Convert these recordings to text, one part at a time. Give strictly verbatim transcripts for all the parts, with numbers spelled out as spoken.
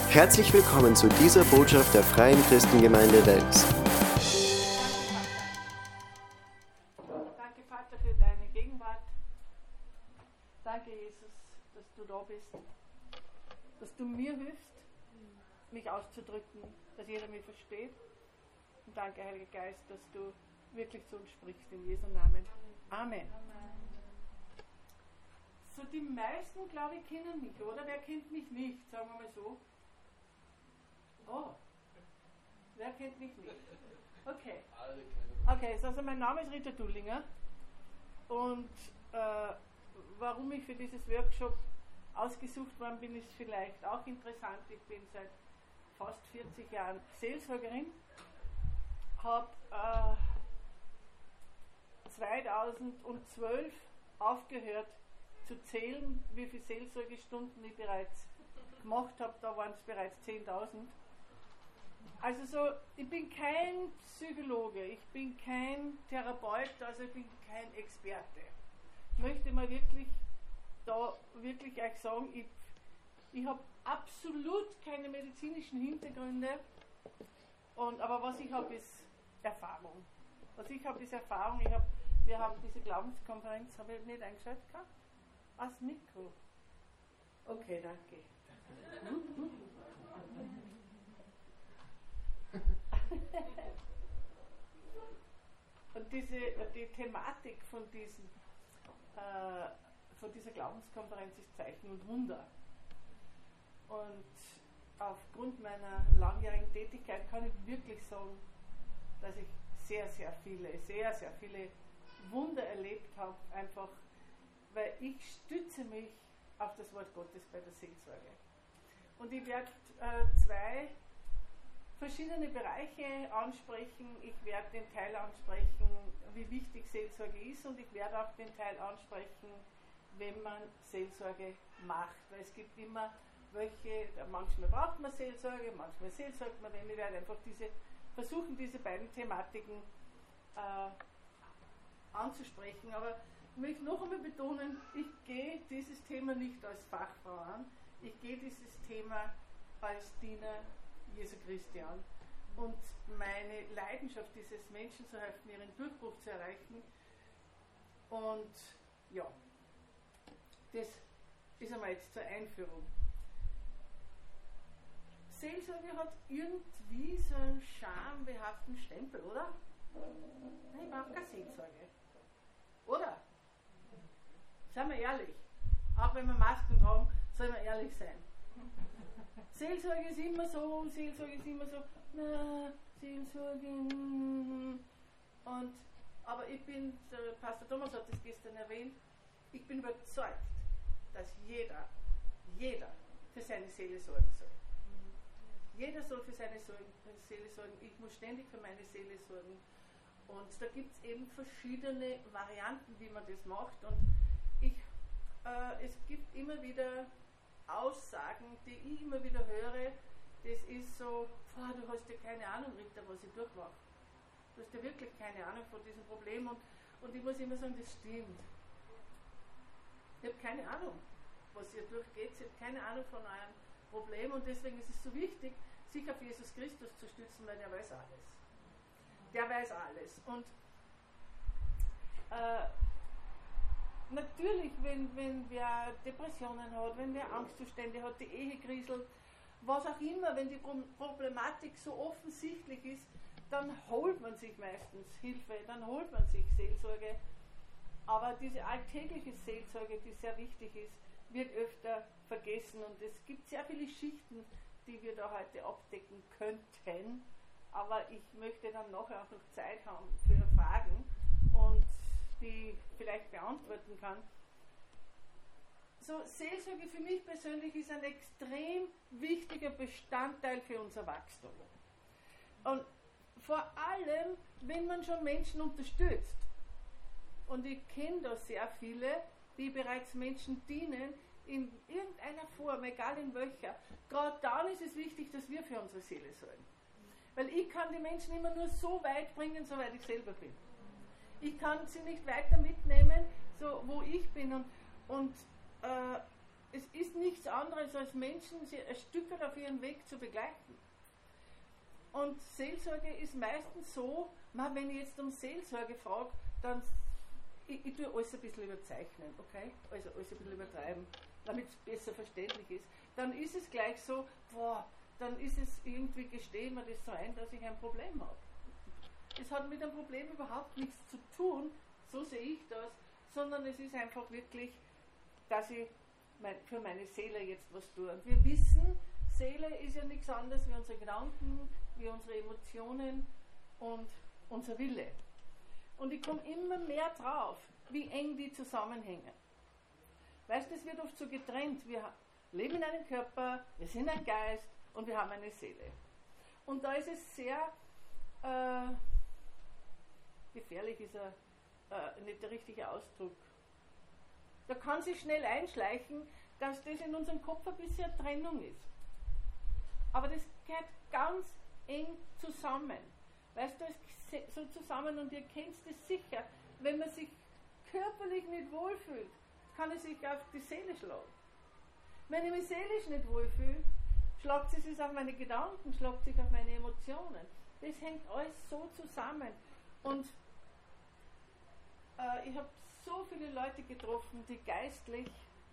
Herzlich willkommen zu dieser Botschaft der Freien Christengemeinde Wels. Danke, Vater, für deine Gegenwart. Danke, Jesus, dass du da bist, dass du mir hilfst, mich auszudrücken, dass jeder mich versteht. Und danke, Heiliger Geist, dass du wirklich zu uns sprichst, in Jesu Namen. Amen. So, die meisten, glaube ich, kennen mich, oder? Wer kennt mich nicht? Sagen wir mal so. Oh, wer kennt mich nicht? Okay. Okay, also mein Name ist Rita Dullinger und äh, warum ich für dieses Workshop ausgesucht worden bin, ist vielleicht auch interessant. Ich bin seit fast vierzig Jahren Seelsorgerin, habe äh, zweitausendzwölf aufgehört zu zählen, wie viele Seelsorgestunden ich bereits gemacht habe. Da waren es bereits zehntausend. Also so, ich bin kein Psychologe, ich bin kein Therapeut, also ich bin kein Experte. Ich möchte mal wirklich da wirklich euch sagen, ich, ich habe absolut keine medizinischen Hintergründe, und, aber was ich habe, ist Erfahrung. Was ich habe, ist Erfahrung. Ich hab, wir haben diese Glaubenskonferenz, habe ich nicht eingeschaltet gehabt? Als Mikro. Okay, danke. Und diese, die Thematik von, diesen, äh, von dieser Glaubenskonferenz ist Zeichen und Wunder. Und aufgrund meiner langjährigen Tätigkeit kann ich wirklich sagen, dass ich sehr, sehr viele, sehr, sehr viele Wunder erlebt habe, einfach weil ich stütze mich auf das Wort Gottes bei der Seelsorge. Und ich werde äh, zwei verschiedene Bereiche ansprechen. Ich werde den Teil ansprechen, wie wichtig Seelsorge ist, und ich werde auch den Teil ansprechen, wenn man Seelsorge macht. Weil es gibt immer welche, manchmal braucht man Seelsorge, manchmal seelsorgt man, wenn ich werde einfach diese, versuchen, diese beiden Thematiken äh, anzusprechen. Aber ich möchte noch einmal betonen, ich gehe dieses Thema nicht als Fachfrau an, ich gehe dieses Thema als Diener Jesu Christi an. Und meine Leidenschaft, dieses Menschen zu helfen, ihren Durchbruch zu erreichen. Und ja, das ist einmal jetzt zur Einführung. Seelsorge hat irgendwie so einen schambehaften Stempel, oder? Nein, ich brauche keine Seelsorge. Oder? Seien wir ehrlich. Auch wenn wir Masken tragen, sollen wir ehrlich sein. Seelsorge ist immer so, Seelsorge ist immer so, na, Seelsorge, mm, und, aber ich bin, der Pastor Thomas hat das gestern erwähnt, ich bin überzeugt, dass jeder, jeder für seine Seele sorgen soll. Jeder soll für seine Seele sorgen, ich muss ständig für meine Seele sorgen. Und da gibt es eben verschiedene Varianten, wie man das macht, und ich, äh, es gibt immer wieder Aussagen, die ich immer wieder höre, das ist so, boah, du hast ja keine Ahnung, Rita, was ich durchmache. Du hast ja wirklich keine Ahnung von diesem Problem, und, und ich muss immer sagen, das stimmt. Ich habe keine Ahnung, was ihr durchgeht, ich habe keine Ahnung von eurem Problem, und deswegen ist es so wichtig, sich auf Jesus Christus zu stützen, weil der weiß alles. Der weiß alles. Und äh, natürlich, wenn, wenn wer Depressionen hat, wenn wer Angstzustände hat, die Ehe kriselt, was auch immer, wenn die Problematik so offensichtlich ist, dann holt man sich meistens Hilfe, dann holt man sich Seelsorge. Aber diese alltägliche Seelsorge, die sehr wichtig ist, wird öfter vergessen, und es gibt sehr viele Schichten, die wir da heute abdecken könnten, aber ich möchte dann nachher auch noch Zeit haben für Fragen und die vielleicht beantworten kann. So, Seelsorge für mich persönlich ist ein extrem wichtiger Bestandteil für unser Wachstum. Und vor allem, wenn man schon Menschen unterstützt. Und ich kenne da sehr viele, die bereits Menschen dienen, in irgendeiner Form, egal in welcher. Gerade dann ist es wichtig, dass wir für unsere Seele sorgen. Weil ich kann die Menschen immer nur so weit bringen, soweit ich selber bin. Ich kann sie nicht weiter mitnehmen, so wo ich bin. Und, und äh, es ist nichts anderes als Menschen, sie ein Stück auf ihren Weg zu begleiten. Und Seelsorge ist meistens so, man, wenn ich jetzt um Seelsorge frage, dann, ich, ich tue alles ein bisschen überzeichnen, okay? Also alles ein bisschen übertreiben, damit es besser verständlich ist. Dann ist es gleich so, boah, dann ist es irgendwie, gestehe mir das so ein, dass ich ein Problem habe. Es hat mit einem Problem überhaupt nichts zu tun, so sehe ich das, sondern es ist einfach wirklich, dass ich mein, für meine Seele jetzt was tue. Und wir wissen, Seele ist ja nichts anderes wie unsere Gedanken, wie unsere Emotionen und unser Wille. Und ich komme immer mehr drauf, wie eng die zusammenhängen. Weißt du, es wird oft so getrennt. Wir leben in einem Körper, wir sind ein Geist und wir haben eine Seele. Und da ist es sehr äh, gefährlich, ist er äh, nicht der richtige Ausdruck. Da kann sich schnell einschleichen, dass das in unserem Kopf ein bisschen eine Trennung ist. Aber das gehört ganz eng zusammen. Weißt du, es ist so zusammen und ihr kennt es sicher. Wenn man sich körperlich nicht wohlfühlt, kann es sich auf die Seele schlagen. Wenn ich mich seelisch nicht wohlfühle, schlagt es sich auf meine Gedanken, schlagt sich auf meine Emotionen. Das hängt alles so zusammen. Und äh, ich habe so viele Leute getroffen, die geistlich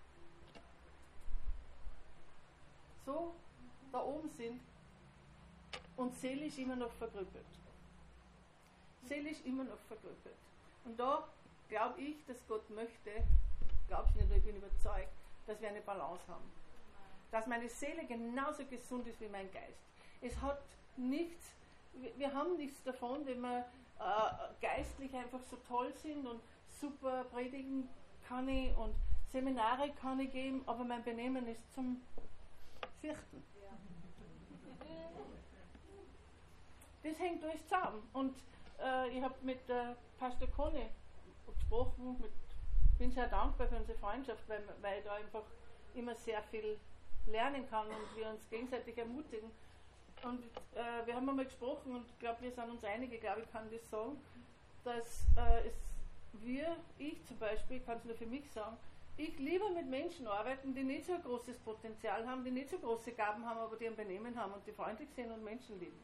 so da oben sind und seelisch immer noch verkrüppelt. Seelisch immer noch verkrüppelt. Und da glaube ich, dass Gott möchte, glaube ich nicht, ich bin überzeugt, dass wir eine Balance haben. Dass meine Seele genauso gesund ist wie mein Geist. Es hat nichts, wir haben nichts davon, wenn wir äh, geistlich einfach so toll sind und super predigen kann ich und Seminare kann ich geben, aber mein Benehmen ist zum Fürchten. Das hängt alles zusammen. Und äh, ich habe mit äh, Pastor Conny gesprochen, mit, bin sehr dankbar für unsere Freundschaft, weil, weil ich da einfach immer sehr viel lernen kann und wir uns gegenseitig ermutigen. Und äh, wir haben einmal gesprochen und ich glaube, wir sind uns einige, glaube ich, kann das sagen, dass äh, es wir, ich zum Beispiel, kann es nur für mich sagen, ich lieber mit Menschen arbeiten, die nicht so ein großes Potenzial haben, die nicht so große Gaben haben, aber die ein Benehmen haben und die freundlich sind und Menschen lieben.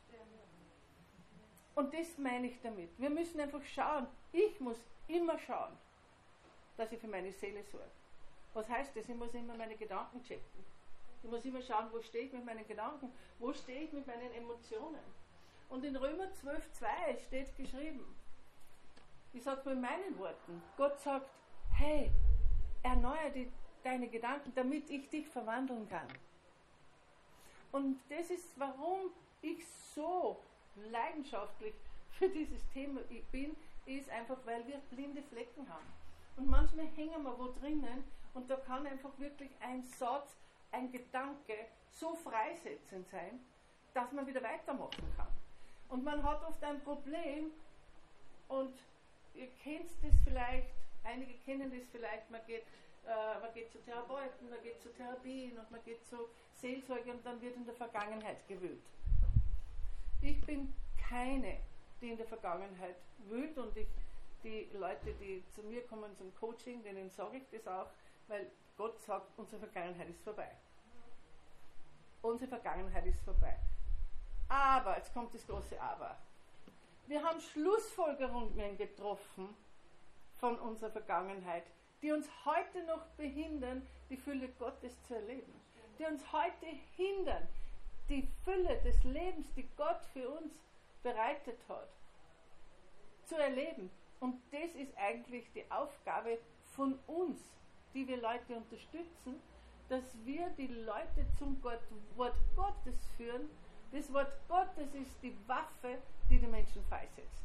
Und das meine ich damit. Wir müssen einfach schauen, ich muss immer schauen, dass ich für meine Seele sorge. Was heißt das? Ich muss immer meine Gedanken checken. Ich muss immer schauen, wo stehe ich mit meinen Gedanken, wo stehe ich mit meinen Emotionen. Und in Römer zwölf zwei steht geschrieben, ich sage es mit meinen Worten, Gott sagt, hey, erneuere die, deine Gedanken, damit ich dich verwandeln kann. Und das ist, warum ich so leidenschaftlich für dieses Thema bin, ist einfach, weil wir blinde Flecken haben. Und manchmal hängen wir wo drinnen und da kann einfach wirklich ein Satz, ein Gedanke so freisetzend sein, dass man wieder weitermachen kann. Und man hat oft ein Problem und ihr kennt das vielleicht, einige kennen das vielleicht, man geht, äh, man geht zu Therapeuten, man geht zu Therapien und man geht zu Seelsorge und dann wird in der Vergangenheit gewühlt. Ich bin keine, die in der Vergangenheit wühlt und ich, die Leute, die zu mir kommen zum Coaching, denen sage ich das auch, weil Gott sagt, unsere Vergangenheit ist vorbei. Unsere Vergangenheit ist vorbei. Aber, jetzt kommt das große Aber. Wir haben Schlussfolgerungen getroffen von unserer Vergangenheit, die uns heute noch behindern, die Fülle Gottes zu erleben. Die uns heute hindern, die Fülle des Lebens, die Gott für uns bereitet hat, zu erleben. Und das ist eigentlich die Aufgabe von uns, die wir Leute unterstützen, dass wir die Leute zum Gott, Wort Gottes führen. Das Wort Gottes ist die Waffe, die die Menschen freisetzt.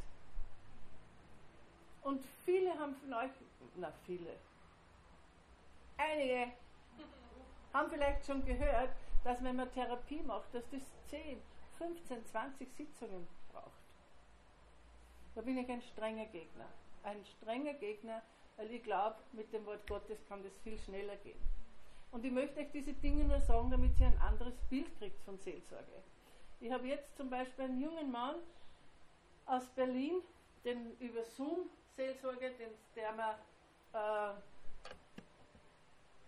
Und viele haben von euch, na viele, einige haben vielleicht schon gehört, dass wenn man Therapie macht, dass das zehn, fünfzehn, zwanzig Sitzungen braucht. Da bin ich ein strenger Gegner. Ein strenger Gegner, weil ich glaube, mit dem Wort Gottes kann das viel schneller gehen. Und ich möchte euch diese Dinge nur sagen, damit ihr ein anderes Bild kriegt von Seelsorge. Ich habe jetzt zum Beispiel einen jungen Mann aus Berlin, den über Zoom Seelsorge, den, der mir äh,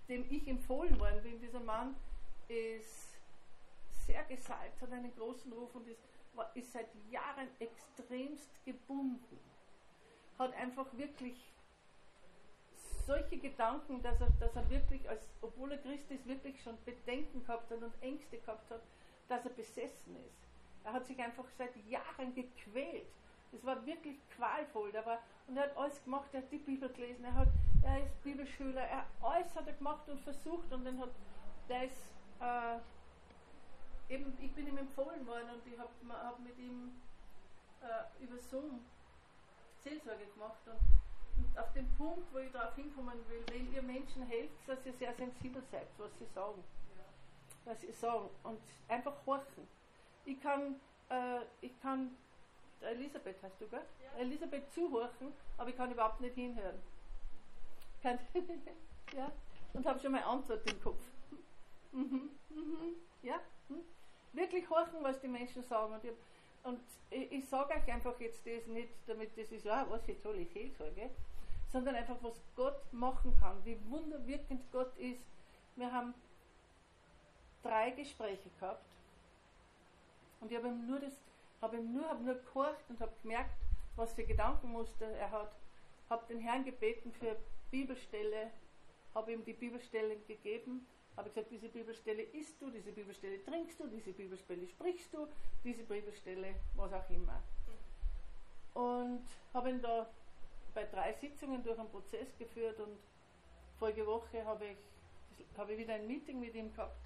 dem ich empfohlen worden bin. Dieser Mann ist sehr gesalbt, hat einen großen Ruf und ist, war, ist seit Jahren extremst gebunden. Hat einfach wirklich solche Gedanken, dass er, dass er wirklich, als, obwohl er Christ ist, wirklich schon Bedenken gehabt hat und Ängste gehabt hat, dass er besessen ist. Er hat sich einfach seit Jahren gequält. Es war wirklich qualvoll. Der war, und er hat alles gemacht, er hat die Bibel gelesen, er, hat, er ist Bibelschüler, er, alles hat er gemacht und versucht und dann hat, der ist, äh, eben, ich bin ihm empfohlen worden und ich habe hab mit ihm äh, über Zoom Seelsorge gemacht und Und auf dem Punkt, wo ich darauf hinkommen will, wenn ihr Menschen helft, dass ihr sehr sensibel seid, was sie sagen. Ja. Was sie sagen. Und einfach horchen. Ich kann, äh, ich kann, Elisabeth hast du, gell? Ja. Elisabeth zuhorchen, aber ich kann überhaupt nicht hinhören. Kann, ja? Und habe schon meine Antwort im Kopf. Mhm, mhm, ja? Hm? Wirklich horchen, was die Menschen sagen. Und ich, Und ich, ich sage euch einfach jetzt das nicht, damit das ist, ah, was für tolle Seelsorge, sondern einfach, was Gott machen kann, wie wunderwirkend Gott ist. Wir haben drei Gespräche gehabt und ich habe ihm nur das, habe ihm nur, habe nur gehorcht und habe gemerkt, was für Gedankenmuster er hat. Habe den Herrn gebeten für Bibelstelle, habe ihm die Bibelstelle gegeben. Habe gesagt, diese Bibelstelle isst du, diese Bibelstelle trinkst du, diese Bibelstelle sprichst du, diese Bibelstelle, was auch immer. Und habe ihn da bei drei Sitzungen durch einen Prozess geführt und vorige Woche habe ich, habe ich wieder ein Meeting mit ihm gehabt.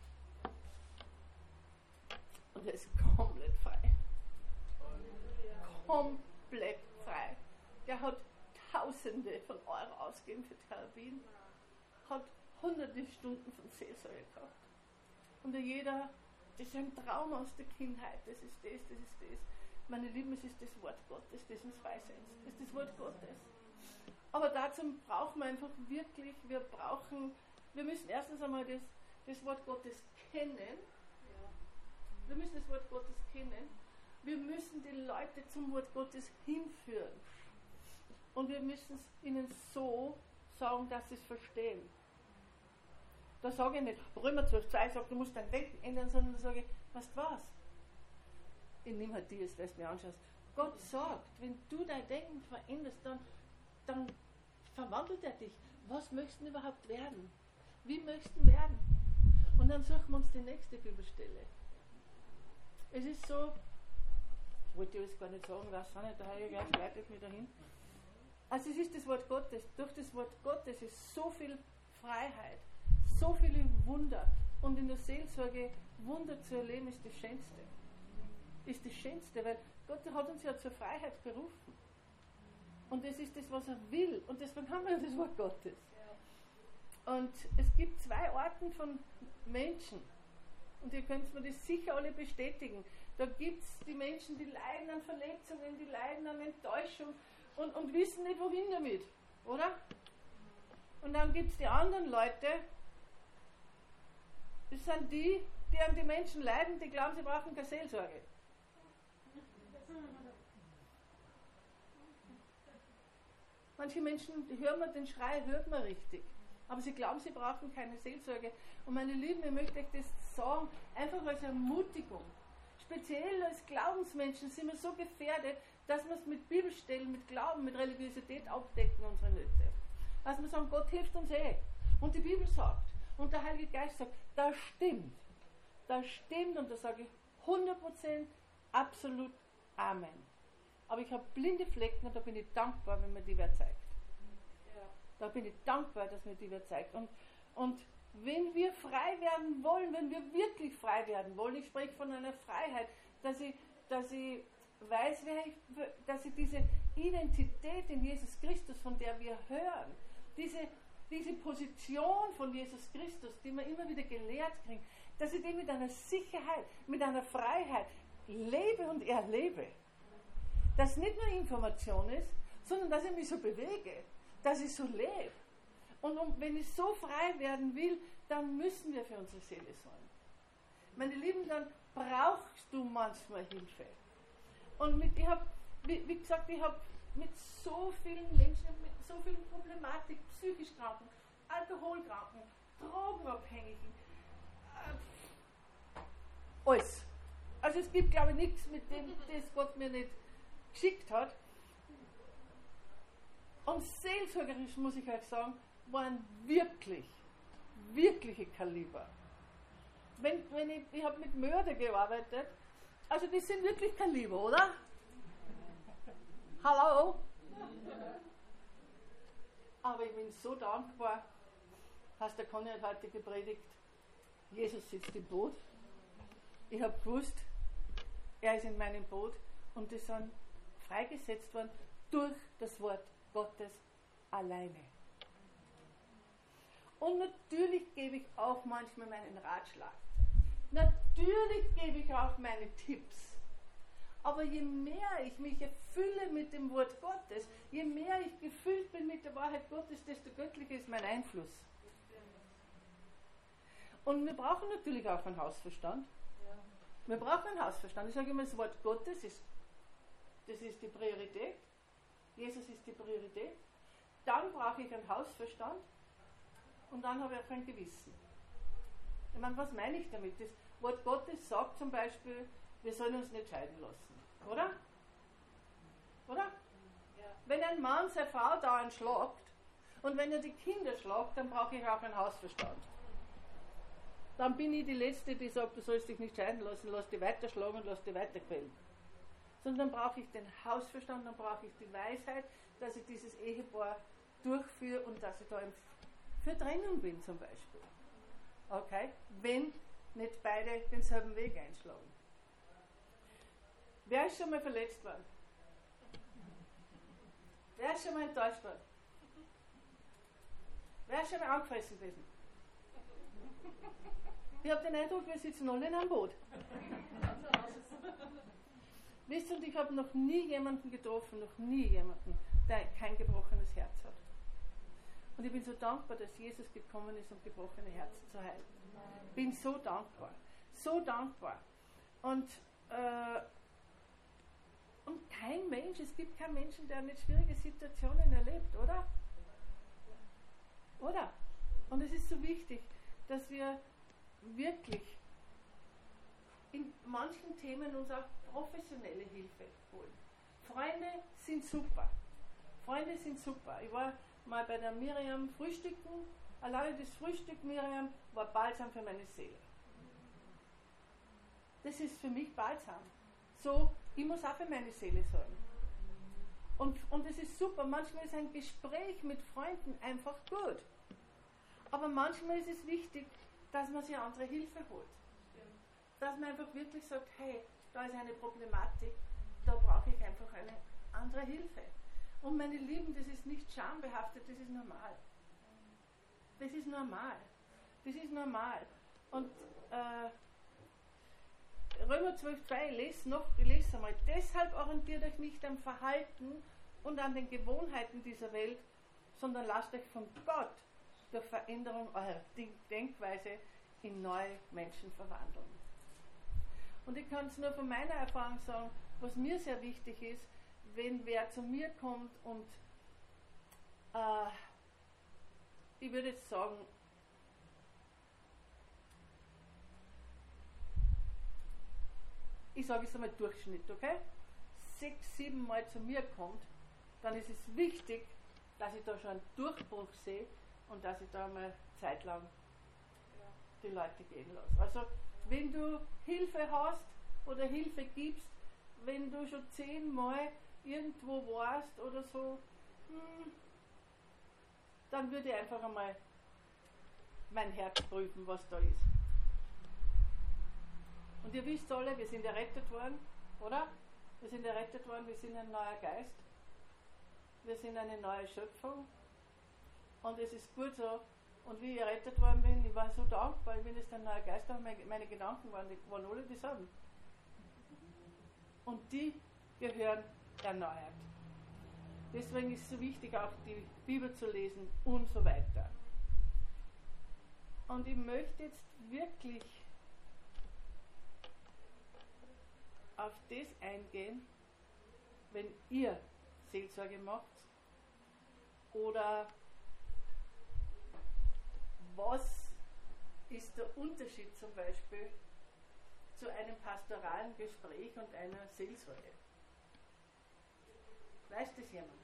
Und er ist komplett frei. Komplett frei. Der hat Tausende von Euro ausgegeben für Therapien, hat hunderte Stunden von Seelsorge gehabt. Und jeder, das ist ein Traum aus der Kindheit, das ist das, das ist das. Meine Lieben, es ist das Wort Gottes, das uns freisetzt. Das ist das Wort Gottes. Aber dazu brauchen wir einfach wirklich, wir brauchen, wir müssen erstens einmal das, das Wort Gottes kennen. Wir müssen das Wort Gottes kennen. Wir müssen die Leute zum Wort Gottes hinführen. Und wir müssen es ihnen so sagen, dass sie es verstehen. Da sage ich nicht, Römer zwölf zwei sagt, du musst dein Denken ändern, sondern da sage ich, weißt du was? Ich nehme halt dir, das mir anschaust. Gott sagt, wenn du dein Denken veränderst, dann, dann verwandelt er dich. Was möchtest du überhaupt werden? Wie möchtest du werden? Und dann suchen wir uns die nächste Bibelstelle. Es ist so, ich wollte dir das gar nicht sagen, was auch nicht, der Heilige Geist leitet mich dahin. Also es ist das Wort Gottes. Durch das Wort Gottes ist so viel Freiheit, so viele Wunder. Und in der Seelsorge Wunder zu erleben, ist das Schönste. Ist das Schönste, weil Gott hat uns ja zur Freiheit berufen. Und das ist das, was er will. Und deswegen haben wir das Wort Gottes. Und es gibt zwei Arten von Menschen. Und ihr könnt mir das sicher alle bestätigen. Da gibt es die Menschen, die leiden an Verletzungen, die leiden an Enttäuschung und, und wissen nicht, wohin damit. Oder? Und dann gibt es die anderen Leute, das sind die, die an die Menschen leiden, die glauben, sie brauchen keine Seelsorge. Manche Menschen, die hören man den Schrei, hört man richtig. Aber sie glauben, sie brauchen keine Seelsorge. Und meine Lieben, ich möchte euch das sagen, einfach als Ermutigung. Speziell als Glaubensmenschen sind wir so gefährdet, dass wir es mit Bibelstellen, mit Glauben, mit Religiosität abdecken, unsere Nöte. Dass wir sagen, Gott hilft uns eh. Und die Bibel sagt, und der Heilige Geist sagt, das stimmt. Das stimmt und da sage ich hundert Prozent absolut Amen. Aber ich habe blinde Flecken und da bin ich dankbar, wenn mir die wer zeigt. Ja. Da bin ich dankbar, dass mir die wer zeigt. Und, und wenn wir frei werden wollen, wenn wir wirklich frei werden wollen, ich spreche von einer Freiheit, dass ich, dass ich weiß, wer ich, dass ich diese Identität in Jesus Christus, von der wir hören, diese, diese Position von Jesus Christus, die wir immer wieder gelehrt kriegen, dass ich die mit einer Sicherheit, mit einer Freiheit lebe und erlebe. Dass nicht nur Information ist, sondern dass ich mich so bewege, dass ich so lebe. Und um, wenn ich so frei werden will, dann müssen wir für unsere Seele sorgen. Meine Lieben, dann brauchst du manchmal Hilfe. Und mit, ich habe, wie, wie gesagt, ich habe mit so vielen Menschen, mit so vielen Problematik, psychisch Kranken, Alkoholkranken, Drogenabhängigen, äh, alles. Also es gibt, glaube ich, nichts, mit dem das Gott mir nicht geschickt hat. Und seelsorgerisch, muss ich euch sagen, waren wirklich, wirkliche Kaliber. Wenn, wenn ich ich habe mit Mörder gearbeitet, also die sind wirklich Kaliber, oder? Hallo? Aber ich bin so dankbar, hast der Conny hat heute gepredigt, Jesus sitzt im Boot. Ich habe gewusst, er ist in meinem Boot und die sind freigesetzt worden durch das Wort Gottes alleine. Und natürlich gebe ich auch manchmal meinen Ratschlag. Natürlich gebe ich auch meine Tipps. Aber je mehr ich mich erfülle mit dem Wort Gottes, je mehr ich gefüllt bin mit der Wahrheit Gottes, desto göttlicher ist mein Einfluss. Und wir brauchen natürlich auch einen Hausverstand. Wir brauchen einen Hausverstand. Ich sage immer, das Wort Gottes ist, das ist die Priorität. Jesus ist die Priorität. Dann brauche ich einen Hausverstand und dann habe ich auch ein Gewissen. Ich meine, was meine ich damit? Das Wort Gottes sagt zum Beispiel, wir sollen uns nicht scheiden lassen. Oder? Oder? Ja. Wenn ein Mann seine Frau dauernd schlagt und wenn er die Kinder schlagt, dann brauche ich auch einen Hausverstand. Dann bin ich die Letzte, die sagt, du sollst dich nicht scheiden lassen, lass dich weiterschlagen und lass dich weiterquälen. Sondern dann brauche ich den Hausverstand, dann brauche ich die Weisheit, dass ich dieses Ehepaar durchführe und dass ich da für Trennung bin zum Beispiel. Okay? Wenn nicht beide denselben Weg einschlagen. Wer ist schon mal verletzt worden? Wer ist schon mal enttäuscht worden? Wer ist schon mal angefressen gewesen? Ich habe den Eindruck, wir sitzen alle in einem Boot. Wisst ihr, und ich habe noch nie jemanden getroffen, noch nie jemanden, der kein gebrochenes Herz hat. Und ich bin so dankbar, dass Jesus gekommen ist, um gebrochene Herzen zu heilen. Ich bin so dankbar. So dankbar. Und, äh, und kein Mensch, es gibt keinen Menschen, der nicht schwierige Situationen erlebt, oder? Oder? Und es ist so wichtig, dass wir wirklich in manchen Themen uns auch professionelle Hilfe holen. Freunde sind super. Freunde sind super. Ich war mal bei der Miriam frühstücken. Alleine das Frühstück, Miriam, war Balsam für meine Seele. Das ist für mich Balsam. So, ich muss auch für meine Seele sorgen. Und, und es ist super. Manchmal ist ein Gespräch mit Freunden einfach gut. Aber manchmal ist es wichtig, dass man sich andere Hilfe holt. Dass man einfach wirklich sagt, hey, da ist eine Problematik, da brauche ich einfach eine andere Hilfe. Und meine Lieben, das ist nicht schambehaftet, das ist normal. Das ist normal. Das ist normal. Und äh, Römer zwölf Komma zwei, ich lese noch, ich lese einmal, deshalb orientiert euch nicht am Verhalten und an den Gewohnheiten dieser Welt, sondern lasst euch von Gott durch Veränderung eurer Denkweise in neue Menschen verwandeln. Und ich kann es nur von meiner Erfahrung sagen, was mir sehr wichtig ist, wenn wer zu mir kommt und äh, ich würde jetzt sagen, ich sage es einmal Durchschnitt, okay? Sechs, sieben Mal zu mir kommt, dann ist es wichtig, dass ich da schon einen Durchbruch sehe und dass ich da mal zeitlang die Leute gehen lasse. Also wenn du Hilfe hast oder Hilfe gibst, wenn du schon zehnmal irgendwo warst oder so, hm, dann würde ich einfach einmal mein Herz prüfen, was da ist. Und ihr wisst alle, wir sind errettet worden, oder? Wir sind errettet worden, wir sind ein neuer Geist. Wir sind eine neue Schöpfung. Und es ist gut so. Und wie ich errettet worden bin, ich war so dankbar, ich bin jetzt ein neuer Geist, aber meine, meine Gedanken waren, waren alle dieselben. Und die gehören erneuert. Deswegen ist es so wichtig, auch die Bibel zu lesen und so weiter. Und ich möchte jetzt wirklich auf das eingehen, wenn ihr Seelsorge macht oder ist der Unterschied zum Beispiel zu einem pastoralen Gespräch und einer Seelsorge. Weiß das jemand?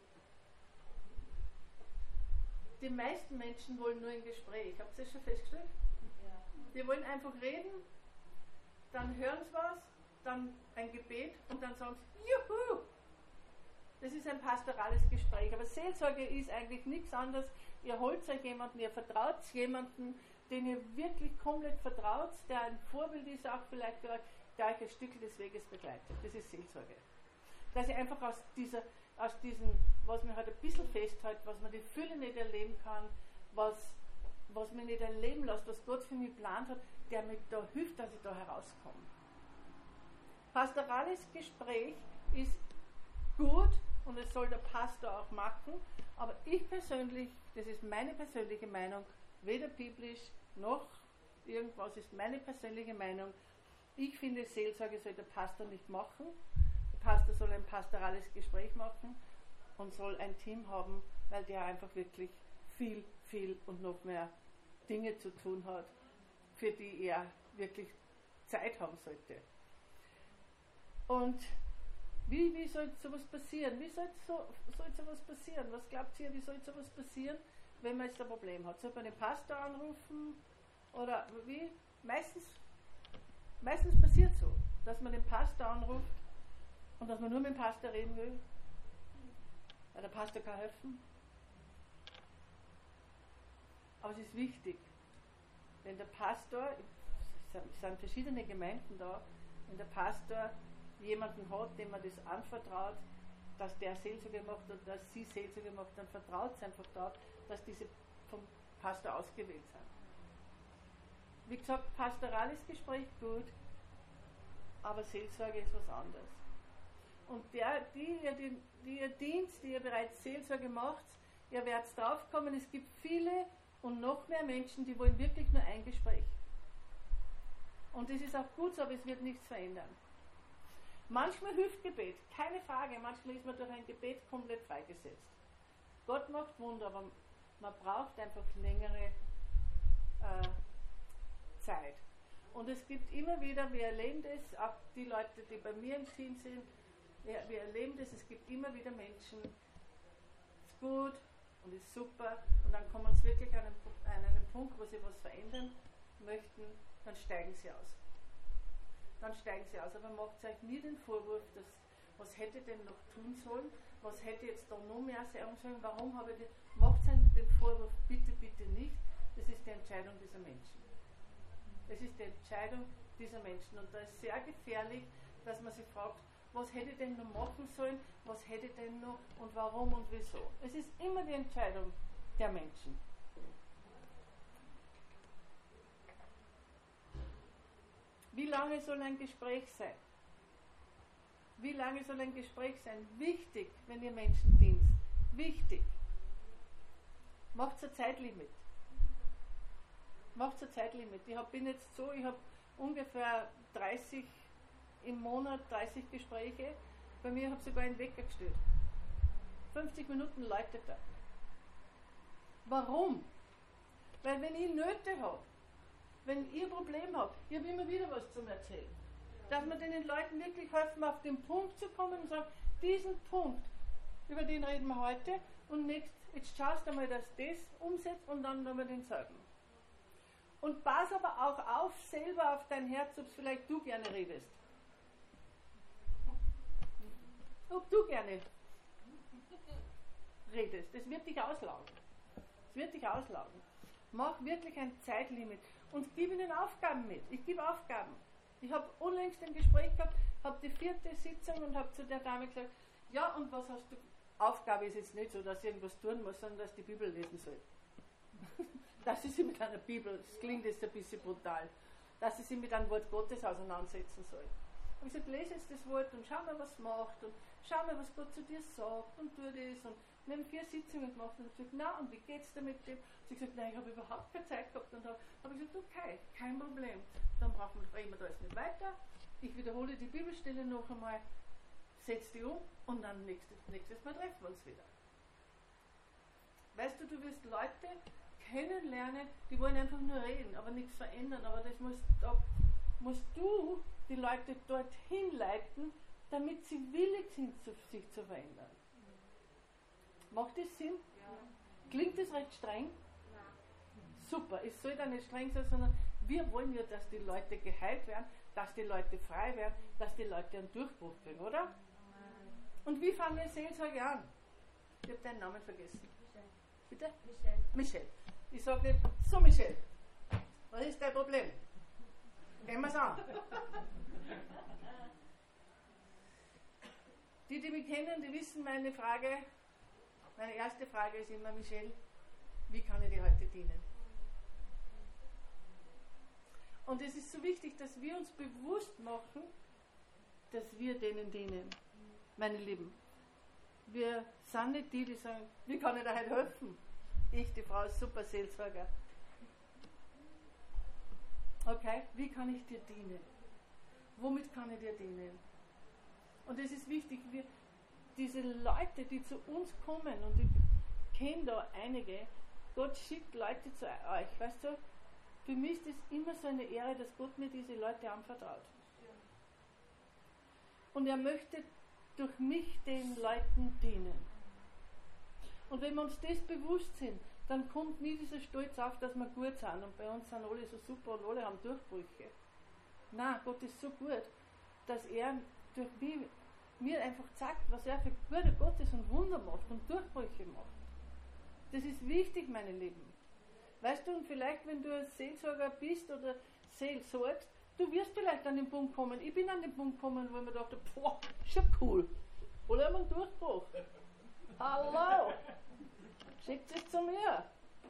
Die meisten Menschen wollen nur ein Gespräch. Habt ihr das schon festgestellt? Ja. Die wollen einfach reden, dann hören sie was, dann ein Gebet und dann sagen sie, juhu! Das ist ein pastorales Gespräch. Aber Seelsorge ist eigentlich nichts anderes. Ihr holt euch jemanden, ihr vertraut jemanden, den ihr wirklich komplett vertraut, der ein Vorbild ist, auch vielleicht, der euch ein Stück des Weges begleitet. Das ist Seelsorge. Dass ihr einfach aus dieser, aus diesem, was man halt ein bisschen festhält, was man die Fülle nicht erleben kann, was, was man nicht erleben lässt, was Gott für mich geplant hat, der mir da hilft, dass ich da herauskomme. Pastorales Gespräch ist gut und es soll der Pastor auch machen, aber ich persönlich, das ist meine persönliche Meinung, weder biblisch noch irgendwas, ist meine persönliche Meinung. Ich finde, Seelsorge soll der Pastor nicht machen. Der Pastor soll ein pastorales Gespräch machen und soll ein Team haben, weil der einfach wirklich viel, viel und noch mehr Dinge zu tun hat, für die er wirklich Zeit haben sollte. Und wie, wie soll sowas passieren? Wie soll, so, soll sowas passieren? Was glaubt ihr, wie soll sowas passieren, wenn man jetzt ein Problem hat? Soll man den Pastor anrufen? Oder wie? Meistens, meistens passiert so, dass man den Pastor anruft und dass man nur mit dem Pastor reden will, weil der Pastor kann helfen. Aber es ist wichtig, wenn der Pastor, es sind verschiedene Gemeinden da, wenn der Pastor jemanden hat, dem man das anvertraut, dass der Seelsorge macht oder dass sie Seelsorge macht, dann vertraut es einfach darauf, dass diese vom Pastor ausgewählt sind. Wie gesagt, pastorales Gespräch gut, aber Seelsorge ist was anderes. Und der, die, ihr, die, die ihr Dienst, die ihr bereits Seelsorge macht, ihr werdet draufkommen, es gibt viele und noch mehr Menschen, die wollen wirklich nur ein Gespräch. Und das ist auch gut so, aber es wird nichts verändern. Manchmal hilft Gebet, keine Frage, manchmal ist man durch ein Gebet komplett freigesetzt. Gott macht Wunder, aber man braucht einfach längere äh, Zeit. Und es gibt immer wieder, wir erleben das, auch die Leute, die bei mir im Team sind, wir, wir erleben das, es gibt immer wieder Menschen, ist gut und ist super und dann kommen sie wirklich an einen, an einen Punkt, wo sie was verändern möchten, dann steigen sie aus. Dann steigen sie aus, aber macht euch nie den Vorwurf, dass, was hätte denn noch tun sollen, was hätte jetzt da noch mehr sagen sollen, warum habe ich das, macht euch den Vorwurf bitte, bitte nicht, das ist die Entscheidung dieser Menschen. Es ist die Entscheidung dieser Menschen und da ist sehr gefährlich, dass man sich fragt, was hätte ich denn noch machen sollen, was hätte ich denn noch und warum und wieso. Es ist immer die Entscheidung der Menschen. Wie lange soll ein Gespräch sein? Wie lange soll ein Gespräch sein? Wichtig, wenn ihr Menschen dient. Wichtig. Macht ein Zeitlimit. Macht ein Zeitlimit. Ich hab, bin jetzt so, ich habe ungefähr dreißig im Monat, dreißig Gespräche. Bei mir habe ich sogar einen Wecker gestellt. fünfzig Minuten läutet er. Warum? Weil wenn ich Nöte habe, wenn ihr ein Problem habt, ich habe immer wieder was zum Erzählen. Dass man den Leuten wirklich helfen, auf den Punkt zu kommen und sagen, diesen Punkt, über den reden wir heute und nächst, jetzt schaust du mal, dass das umsetzt und dann nochmal denselben. Und pass aber auch auf, selber auf dein Herz, ob vielleicht du gerne redest. Ob du gerne redest. Das wird dich auslaugen. Das wird dich auslaugen. Mach wirklich ein Zeitlimit und gib ihnen Aufgaben mit. Ich gebe Aufgaben. Ich habe unlängst ein Gespräch gehabt, habe die vierte Sitzung und habe zu der Dame gesagt, ja und was hast du? Aufgabe ist jetzt nicht so, dass ich irgendwas tun muss, sondern dass die Bibel lesen soll. Dass sie sich mit einer Bibel, das klingt jetzt ein bisschen brutal, dass sie sich mit einem Wort Gottes auseinandersetzen soll. Und ich gesagt, lese jetzt das Wort und schau mal, was es macht und schau mal, was Gott zu dir sagt und tu das. Und wir haben vier Sitzungen gemacht und ich gesagt, na und wie geht's dir mit dem? Sie hat gesagt, nein, ich habe überhaupt keine Zeit gehabt. Und habe hab ich gesagt, okay, kein Problem. Dann brauchen wir, reden wir da jetzt nicht weiter. Ich wiederhole die Bibelstelle noch einmal, setz die um und dann nächstes, nächstes Mal treffen wir uns wieder. Weißt du, du wirst Leute kennenlernen, die wollen einfach nur reden, aber nichts verändern. Aber das musst, da musst du die Leute dorthin leiten, damit sie willig sind, sich zu verändern. Macht das Sinn? Ja. Klingt das recht streng? Nein. Super, es soll da nicht streng sein, sondern wir wollen ja, dass die Leute geheilt werden, dass die Leute frei werden, dass die Leute einen Durchbruch kriegen, oder? Nein. Und wie fangen wir Seelsorge an? Ich habe deinen Namen vergessen. Michelle. Bitte? Michelle. Michelle. Ich sage nicht, so Michelle, was ist dein Problem? Gehen wir es an. Die, die mich kennen, die wissen meine Frage, meine erste Frage ist immer, Michelle, wie kann ich dir heute dienen? Und es ist so wichtig, dass wir uns bewusst machen, dass wir denen dienen, meine Lieben. Wir sind nicht die, die sagen, wie kann ich dir heute helfen? Ich, die Frau, ist super Seelsorger. Okay, wie kann ich dir dienen? Womit kann ich dir dienen? Und es ist wichtig, wir, diese Leute, die zu uns kommen, und ich kenne da einige, Gott schickt Leute zu euch, weißt du, für mich ist es immer so eine Ehre, dass Gott mir diese Leute anvertraut. Und er möchte durch mich den Leuten dienen. Und wenn wir uns das bewusst sind, dann kommt nie dieser Stolz auf, dass wir gut sind und bei uns sind alle so super und alle haben Durchbrüche. Nein, Gott ist so gut, dass er durch mich, mir einfach zeigt, was er für gute Gottes und Wunder macht und Durchbrüche macht. Das ist wichtig, meine Lieben. Weißt du, und vielleicht, wenn du ein Seelsorger bist oder seelsorgst, du wirst vielleicht an den Punkt kommen. Ich bin an den Punkt gekommen, wo ich mir dachte, boah, schon cool. Oder haben wir einen Durchbruch? Hallo! Schickt es zu mir.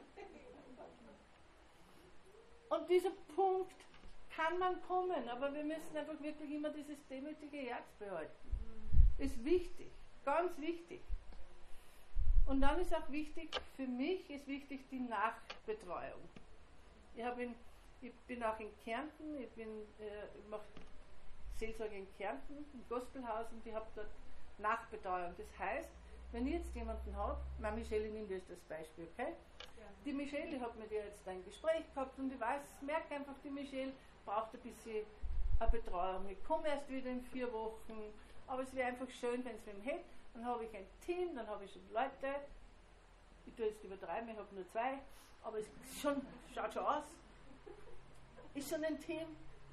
Und dieser Punkt kann man kommen, aber wir müssen einfach wirklich immer dieses demütige Herz behalten. Ist wichtig, ganz wichtig. Und dann ist auch wichtig, für mich ist wichtig die Nachbetreuung. Ich, in, ich bin auch in Kärnten, ich, bin, äh, ich mache Seelsorge in Kärnten, im Gospelhaus, und ich habe dort Nachbetreuung. Das heißt, wenn ich jetzt jemanden habe, meine Michelle, ich nehme dir jetzt das Beispiel, okay? Ja. Die Michelle hat mit ihr jetzt ein Gespräch gehabt und ich weiß, merke einfach, die Michelle braucht ein bisschen eine Betreuung. Ich komme erst wieder in vier Wochen, aber es wäre einfach schön, wenn es wem hätte. Dann habe ich ein Team, dann habe ich schon Leute. Ich tue jetzt übertreiben, ich habe nur zwei, aber es ist schon, schaut schon aus. Ist schon ein Team.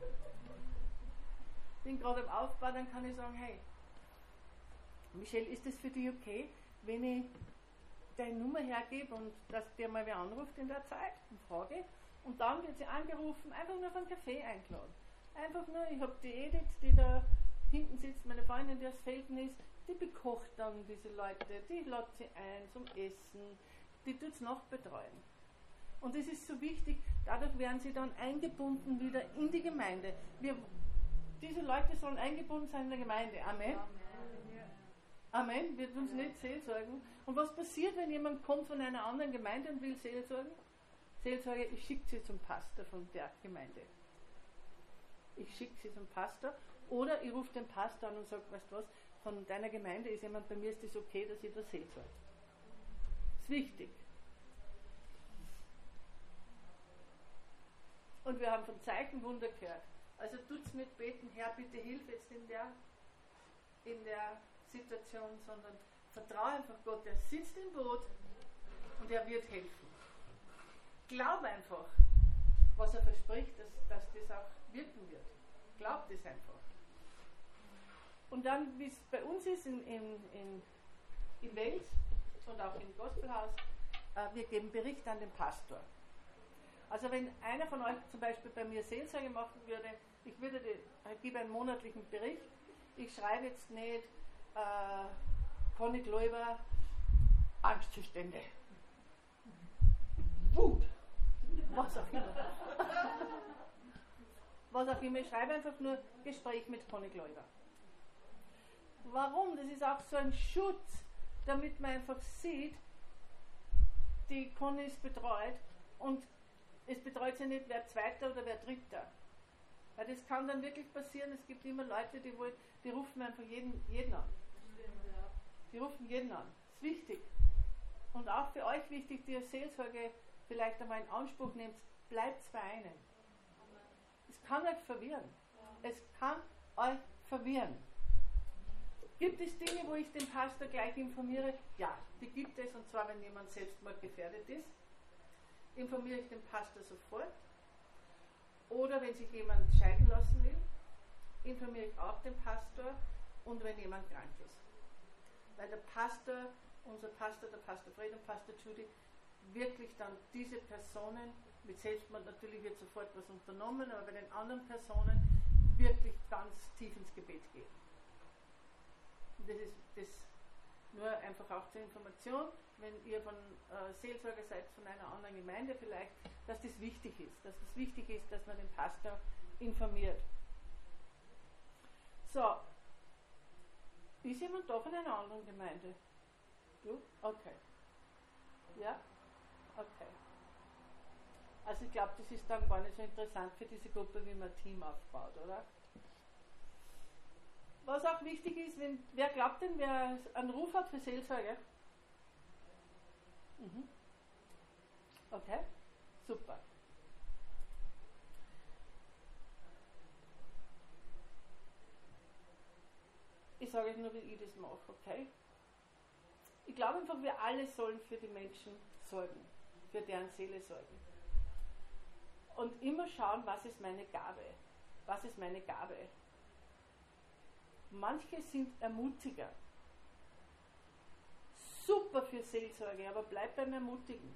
Bin gerade am Aufbau, dann kann ich sagen, hey, Michelle, ist das für dich okay, wenn ich deine Nummer hergebe und dass der mal wer anruft in der Zeit und frage? Und dann wird sie angerufen, einfach nur auf einen Kaffee eingeladen. Einfach nur, ich habe die Edith, die da hinten sitzt, meine Freundin, die aus Felden ist, die bekocht dann diese Leute, die lädt sie ein zum Essen, die tut es nachbetreuen. Und das ist so wichtig, dadurch werden sie dann eingebunden wieder in die Gemeinde. Wir, diese Leute sollen eingebunden sein in der Gemeinde. Amen. Amen, wird uns nicht seelsorgen. Und was passiert, wenn jemand kommt von einer anderen Gemeinde und will seelsorgen? Seelsorge, ich schicke sie zum Pastor von der Gemeinde. Ich schicke sie zum Pastor oder ich rufe den Pastor an und sage, weißt du was, von deiner Gemeinde ist jemand bei mir, ist das okay, dass ich das seelsorge? Das ist wichtig. Und wir haben von Zeichenwunder gehört. Also tut's mit beten, Herr, bitte hilf jetzt in der, in der Situation, sondern vertraue einfach Gott, er sitzt im Boot und er wird helfen. Glaub einfach, was er verspricht, dass, dass das auch wirken wird. Glaub das einfach. Und dann, wie es bei uns ist in, in, in, in Wels und auch im Gospelhaus, äh, wir geben Bericht an den Pastor. Also wenn einer von euch zum Beispiel bei mir Seelsorge machen würde, ich würde die, ich gebe einen monatlichen Bericht, ich schreibe jetzt nicht äh, Conny Gläuber, Angstzustände, Wut, was auch immer. Was auch immer, ich schreibe einfach nur Gespräch mit Conny Gläuber. Warum? Das ist auch so ein Schutz, damit man einfach sieht, die Conny ist betreut und es betreut sie nicht wer Zweiter oder wer Dritter. Weil das kann dann wirklich passieren, es gibt immer Leute, die, wollen, die rufen einfach jeden, jeden an. Die rufen jeden an. Das ist wichtig. Und auch für euch wichtig, die ihr Seelsorge vielleicht einmal in Anspruch nehmt, bleibt bei einem. Es kann euch verwirren. Es kann euch verwirren. Gibt es Dinge, wo ich den Pastor gleich informiere? Ja, die gibt es, und zwar, wenn jemand selbstmordgefährdet ist, informiere ich den Pastor sofort. Oder wenn sich jemand scheiden lassen will, informiere ich auch den Pastor, und wenn jemand krank ist. Weil der Pastor, unser Pastor, der Pastor Fred und Pastor Judy, wirklich dann diese Personen, mit Selbstmord natürlich wird sofort was unternommen, aber bei den anderen Personen wirklich ganz tief ins Gebet gehen. Das ist das nur einfach auch zur Information, wenn ihr von äh, Seelsorger seid, von einer anderen Gemeinde vielleicht, dass das wichtig ist, dass das wichtig ist, dass man den Pastor informiert. So, ist jemand da von einer anderen Gemeinde? Du? Okay. Ja? Okay. Also ich glaube, das ist dann gar nicht so interessant für diese Gruppe, wie man ein Team aufbaut, oder? Was auch wichtig ist, wenn, wer glaubt denn, wer einen Ruf hat für Seelsorge? Mhm. Okay, super. Ich sage euch nur, wie ich das mache, okay? Ich glaube einfach, wir alle sollen für die Menschen sorgen, für deren Seele sorgen. Und immer schauen, was ist meine Gabe? Was ist meine Gabe? Manche sind Ermutiger. Super für Seelsorge, aber bleib beim Ermutigen.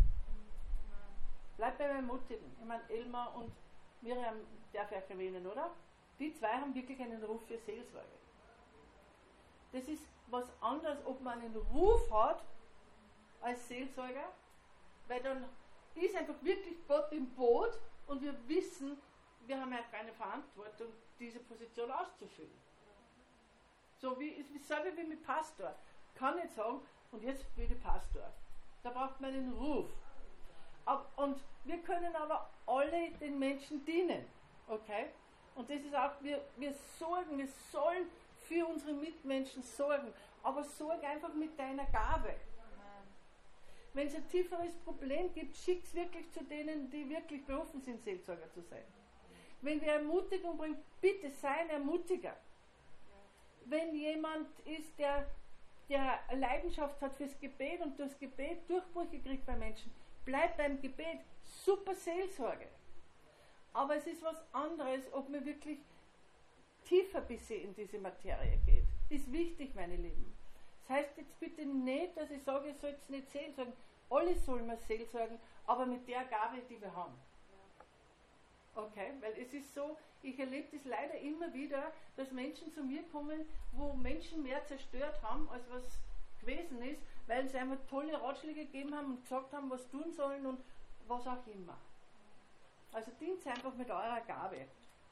Bleib beim Ermutigen. Ich meine, Elmar und Miriam darf ich auch erwähnen, oder? Die zwei haben wirklich einen Ruf für Seelsorge. Das ist was anderes, ob man einen Ruf hat als Seelsorger, weil dann ist einfach wirklich Gott im Boot und wir wissen, wir haben ja keine Verantwortung, diese Position auszufüllen. So wie ist dasselbe wie mit Pastor. Kann nicht sagen, und jetzt bin ich Pastor. Da braucht man einen Ruf. Ab, und wir können aber alle den Menschen dienen. Okay? Und das ist auch, wir, wir sorgen, wir sollen für unsere Mitmenschen sorgen. Aber sorge einfach mit deiner Gabe. Wenn es ein tieferes Problem gibt, schick es wirklich zu denen, die wirklich berufen sind, Seelsorger zu sein. Wenn wir Ermutigung bringen, bitte sei ein Ermutiger. Wenn jemand ist, der, der Leidenschaft hat fürs Gebet und durchs Gebet Durchbrüche kriegt bei Menschen, bleib beim Gebet, super Seelsorge. Aber es ist was anderes, ob man wirklich tiefer bis in diese Materie geht. Ist wichtig, meine Lieben. Das heißt jetzt bitte nicht, dass ich sage, ihr sollt es nicht seelsorgen. Alle sollen wir seelsorgen, aber mit der Gabe, die wir haben. Okay, weil es ist so, ich erlebe das leider immer wieder, dass Menschen zu mir kommen, wo Menschen mehr zerstört haben, als was gewesen ist, weil sie einfach tolle Ratschläge gegeben haben und gesagt haben, was tun sollen und was auch immer. Also dient einfach mit eurer Gabe.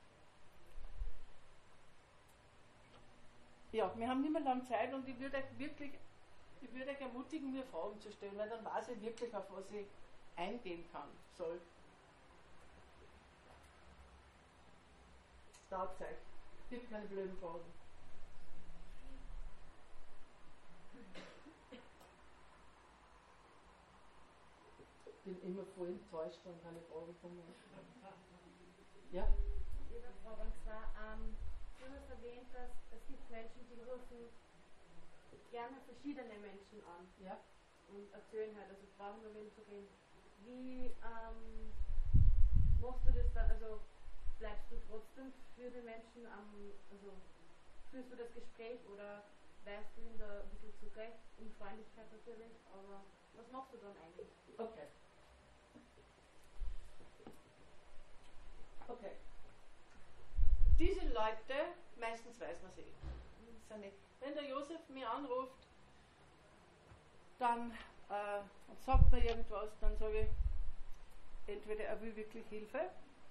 Ja, wir haben nicht mehr lange Zeit und ich würde euch wirklich, ich würde euch ermutigen, mir Fragen zu stellen, weil dann weiß ich wirklich, auf was ich eingehen kann, soll. Dauert Zeit. Es gibt keine blöden Fragen. Ich bin immer voll enttäuscht, wenn keine Fragen kommen. Ja? Ich habe eine Frage, und zwar, ähm, du hast erwähnt, dass es gibt Menschen, die rufen gerne verschiedene Menschen an. Ja. Und erzählen halt, also brauchen wir wen zu reden. Wie ähm, machst du das dann, also bleibst du trotzdem für die Menschen am, also führst du das Gespräch oder weißt du ihm da ein bisschen zurecht, in Freundlichkeit natürlich, aber was machst du dann eigentlich? Okay. Okay. Diese Leute, meistens weiß man sie. Wenn der Josef mir anruft, dann äh, und sagt mir irgendwas, dann sage ich, entweder er will wirklich Hilfe,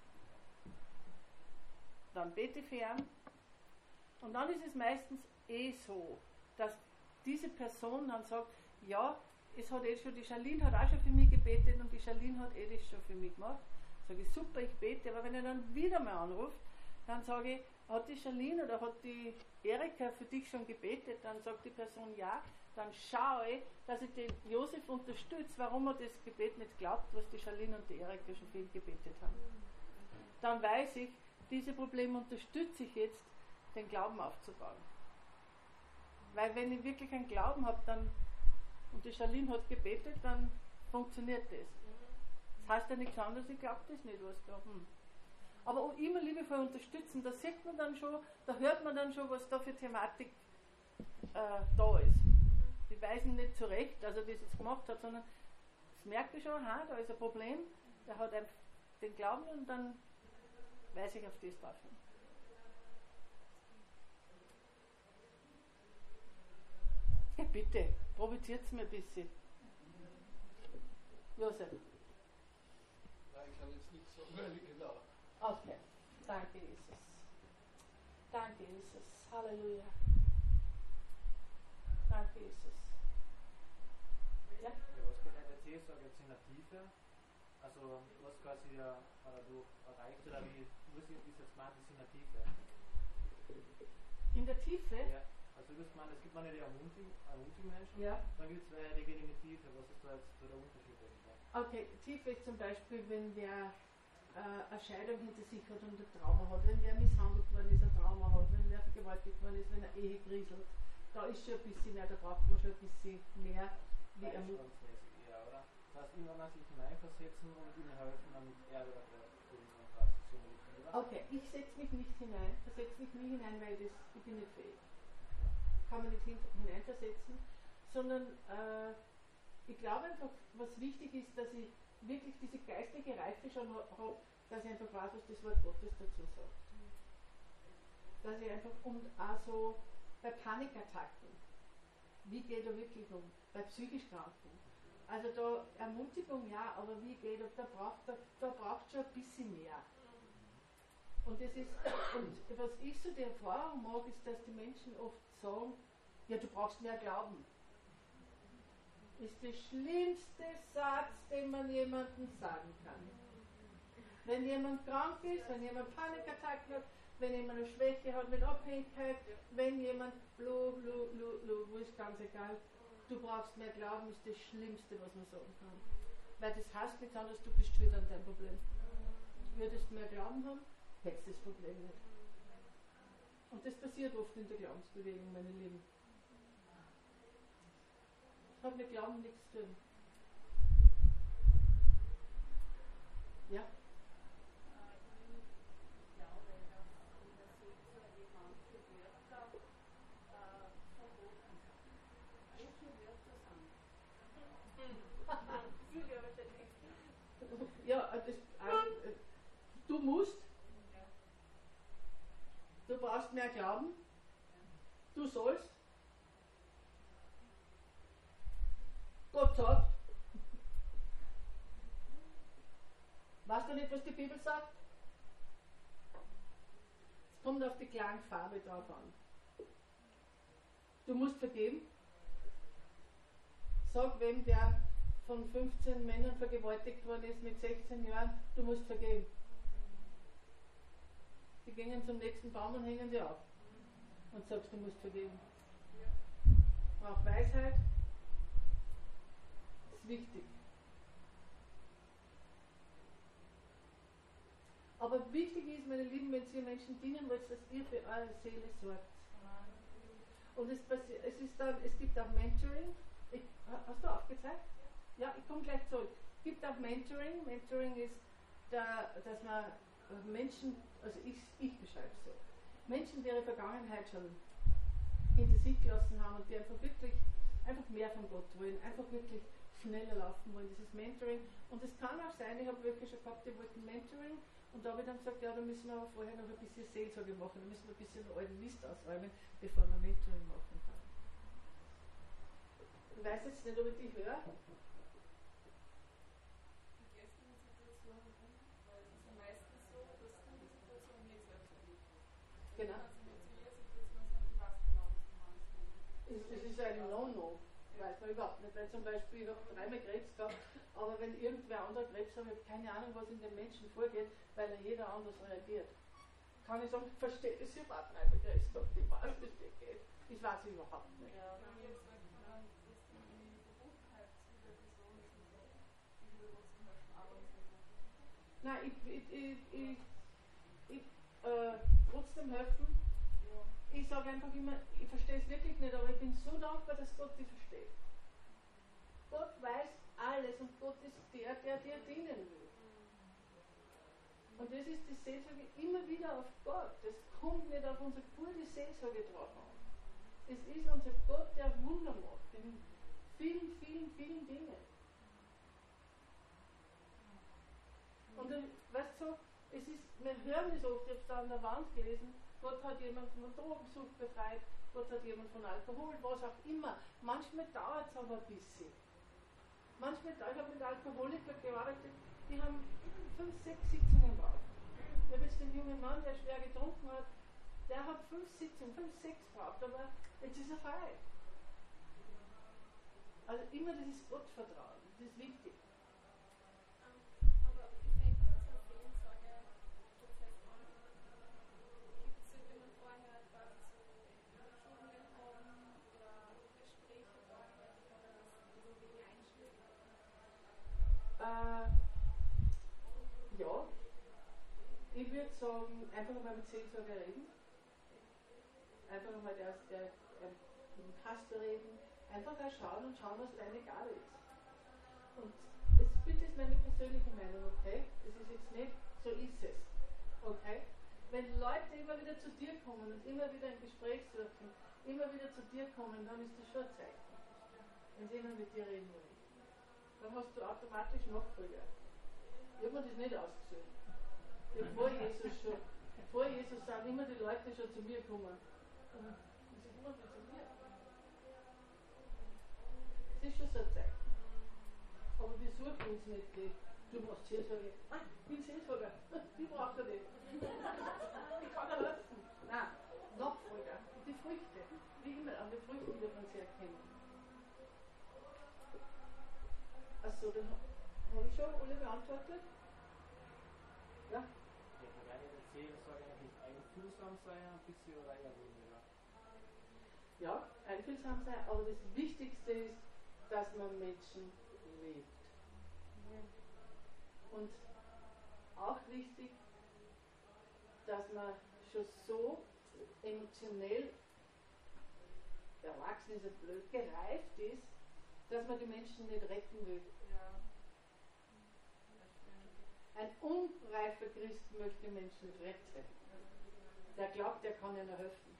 dann bete ich für ihn. Und dann ist es meistens eh so, dass diese Person dann sagt, ja, es hat eh schon, die Charlene hat auch schon für mich gebetet und die Charlene hat eh das schon für mich gemacht. Sage ich, super, ich bete, aber wenn er dann wieder mal anruft, dann sage ich, hat die Charlene oder hat die Erika für dich schon gebetet? Dann sagt die Person ja, dann schaue ich, dass ich den Josef unterstütze, warum er das Gebet nicht glaubt, was die Charlene und die Erika schon viel gebetet haben. Dann weiß ich, diese Probleme unterstütze ich jetzt, den Glauben aufzubauen. Weil wenn ich wirklich einen Glauben habe, dann, und die Charlene hat gebetet, dann funktioniert das. Das heißt ja nichts anderes, ich glaube das nicht, was da. Hm. Aber auch immer liebevoll unterstützen, da sieht man dann schon, da hört man dann schon, was da für Thematik äh, da ist. Die weisen nicht zurecht, dass er das jetzt gemacht hat, sondern das merke ich schon, ha, da ist ein Problem, der hat einfach den Glauben und dann weise ich auf das drauf hin. Ja, bitte, provoziert es mir ein bisschen. Josef. Nein, ich kann jetzt nichts sagen, weil ich genau. Okay, danke Jesus. Danke Jesus. Halleluja. Danke Jesus. Ja? Ja, was geht eine Seelsorge jetzt in der Tiefe? Also was quasi ja dadurch erreicht oder wie muss ich das jetzt meinen, das in der Tiefe? In der Tiefe? Ja. Also du hast gemeint, es gibt manche, die ermutigen, ermutigen Menschen, Ja. dann gibt es welche, die gehen in die Tiefe. Was ist da jetzt so der Unterschied? Okay, Tiefe ist zum Beispiel, wenn wer äh, eine Scheidung hinter sich hat und ein Trauma hat, wenn wer misshandelt worden ist, ein Trauma hat, wenn wer vergewaltigt worden ist, wenn eine Ehe kriselt, da ist schon ein bisschen mehr, da braucht man schon ein bisschen mehr wie Ermutigung. Ja, oder? Das heißt, irgendwann sich hineinversetzen und ihnen helfen, damit er oder der irgendwann quasi so mit, oder? Okay, ich setze mich nicht hinein, versetze mich nie hinein, weil das, ich bin nicht fähig. Kann man nicht hin, hineinversetzen, sondern äh, ich glaube einfach, was wichtig ist, dass ich wirklich diese geistige Reife schon habe, dass ich einfach weiß, was das Wort Gottes dazu sagt. Dass ich einfach, und auch so bei Panikattacken, wie geht er wirklich um? Bei psychisch Kranken. Also da Ermutigung ja, aber wie geht er, da braucht, da, da braucht schon ein bisschen mehr. Und das ist, und was ich so die Erfahrung mag, ist, dass die Menschen oft sagen, ja, du brauchst mehr Glauben. Ist der schlimmste Satz, den man jemandem sagen kann. Wenn jemand krank ist, wenn jemand Panikattacken hat, wenn jemand eine Schwäche hat mit Abhängigkeit, wenn jemand blu, blu, blu, blu, wo ist ganz egal, du brauchst mehr Glauben, ist das Schlimmste, was man sagen kann. Weil das heißt nichts anderes, du bist schuld an deinem Problem. Würdest du mehr Glauben haben, hättest du das Problem nicht. Und das passiert oft in der Glaubensbewegung, meine Lieben. Das hat mit Glauben nichts zu tun. Ja? Ja, das, äh, du musst, du brauchst mehr Glauben, du sollst, Gott sagt, weißt du nicht, was die Bibel sagt? Es kommt auf die Klangfarbe drauf an. Du musst vergeben. Sag wem, der von fünfzehn Männern vergewaltigt worden ist mit sechzehn Jahren, du musst vergeben. Die gehen zum nächsten Baum und hängen sie auf. Und sagst, du musst vergeben. Auch Weisheit ist wichtig. Aber wichtig ist, meine Lieben, wenn ihr Menschen dienen wollt, dass ihr für eure Seele sorgt. Und es, es, ist dann, es gibt auch Mentoring. Ich, hast du aufgezeigt? Ja, ich komme gleich zurück. Es gibt auch Mentoring. Mentoring ist, da, dass man Menschen, also ich, ich beschreibe es so, Menschen, die ihre Vergangenheit schon hinter sich gelassen haben und die einfach wirklich einfach mehr von Gott wollen, einfach wirklich schneller laufen wollen, dieses Mentoring. Und es kann auch sein, ich habe wirklich schon gehabt, die wollten Mentoring und da habe ich dann gesagt, ja, da müssen wir aber vorher noch ein bisschen Seelsorge machen, da müssen wir ein bisschen einen alten Mist ausräumen, bevor wir Mentoring machen können. Ich weiß jetzt nicht, ob ich dich höre. Genau. Das ist ein No-No, weiß man überhaupt nicht, weil zum Beispiel, ich habe dreimal Krebs gehabt, aber wenn irgendwer anderer Krebs hat, ich habe keine Ahnung, was in den Menschen vorgeht, weil er jeder anders reagiert. Kann ich sagen, ich verstehe das überhaupt nicht, der Krebs gehabt, ich weiß, wie das geht. Ich weiß überhaupt nicht. Ja, bei mir ist es Nein, ich, ich, ich, ich, ich äh, trotzdem helfen. Ich sage einfach immer, ich verstehe es wirklich nicht, aber ich bin so dankbar, dass Gott dich versteht. Gott weiß alles und Gott ist der, der dir dienen will. Und das ist die Seelsorge immer wieder auf Gott. Das kommt nicht auf unsere gute Seelsorge drauf an. Es ist unser Gott, der Wunder macht in vielen, vielen, vielen Dingen. Und dann, weißt du, es ist, wir hören das oft, ich habe es da an der Wand gelesen, Gott hat jemanden von Drogensucht befreit, Gott hat jemanden von Alkohol, was auch immer. Manchmal dauert es aber ein bisschen. Manchmal, ich habe mit Alkoholikern gearbeitet, die haben fünf, sechs Sitzungen gebraucht. Ich habe jetzt den jungen Mann, der schwer getrunken hat, der hat fünf Sitzungen, fünf, sechs gebraucht, aber jetzt ist er frei. Also immer dieses Gottvertrauen, das ist wichtig. Aber wie fängt man zur Seelsorge-Prozess an? Gibt es, wenn man vorher quasi so Schulungen haben oder Gespräche vorher, die man das so wie einschlägt? Äh, ja, ich würde sagen, einfach mal mit Seelsorger reden. Einfach mal der, der, der mit dem Pastor reden. Einfach mal schauen und schauen, was deine Gabe ist. Und es bitte ist meine persönliche Meinung, okay? Das ist jetzt nicht, so ist es. Okay? Wenn Leute immer wieder zu dir kommen und immer wieder ein Gespräch suchen, immer wieder zu dir kommen, dann ist das schon ein Zeichen. Wenn sie immer mit dir reden wollen. Dann hast du automatisch Nachfolger. Ich habe mir das nicht ausgesucht. Vor Jesus schon, vor Jesus sind immer die Leute schon zu mir gekommen. Und sie kommen nicht zu mir. Das ist schon so ein Zeichen. Aber wir suchen uns nicht die, du machst Seelsorge. Ah, ich bin Seelsorger. Ich brauche dich. Ich kann dir helfen. Nein, Nachfolger. Die Früchte. Wie immer, an den Früchten wird man sie erkennen. Achso, dann habe ich schon alle beantwortet. Ja? Ja, man kann ja der Seelsorge eigentlich einfühlsam sein, ein bisschen oder eher weniger. Ja, einfühlsam sein, aber das Wichtigste ist, dass man Menschen liebt. Und auch wichtig, dass man schon so emotionell, erwachsen ist ja blöd, gereift ist, dass man die Menschen nicht retten will. Ein unreifer Christ möchte Menschen nicht retten. Der glaubt, er kann ihnen helfen.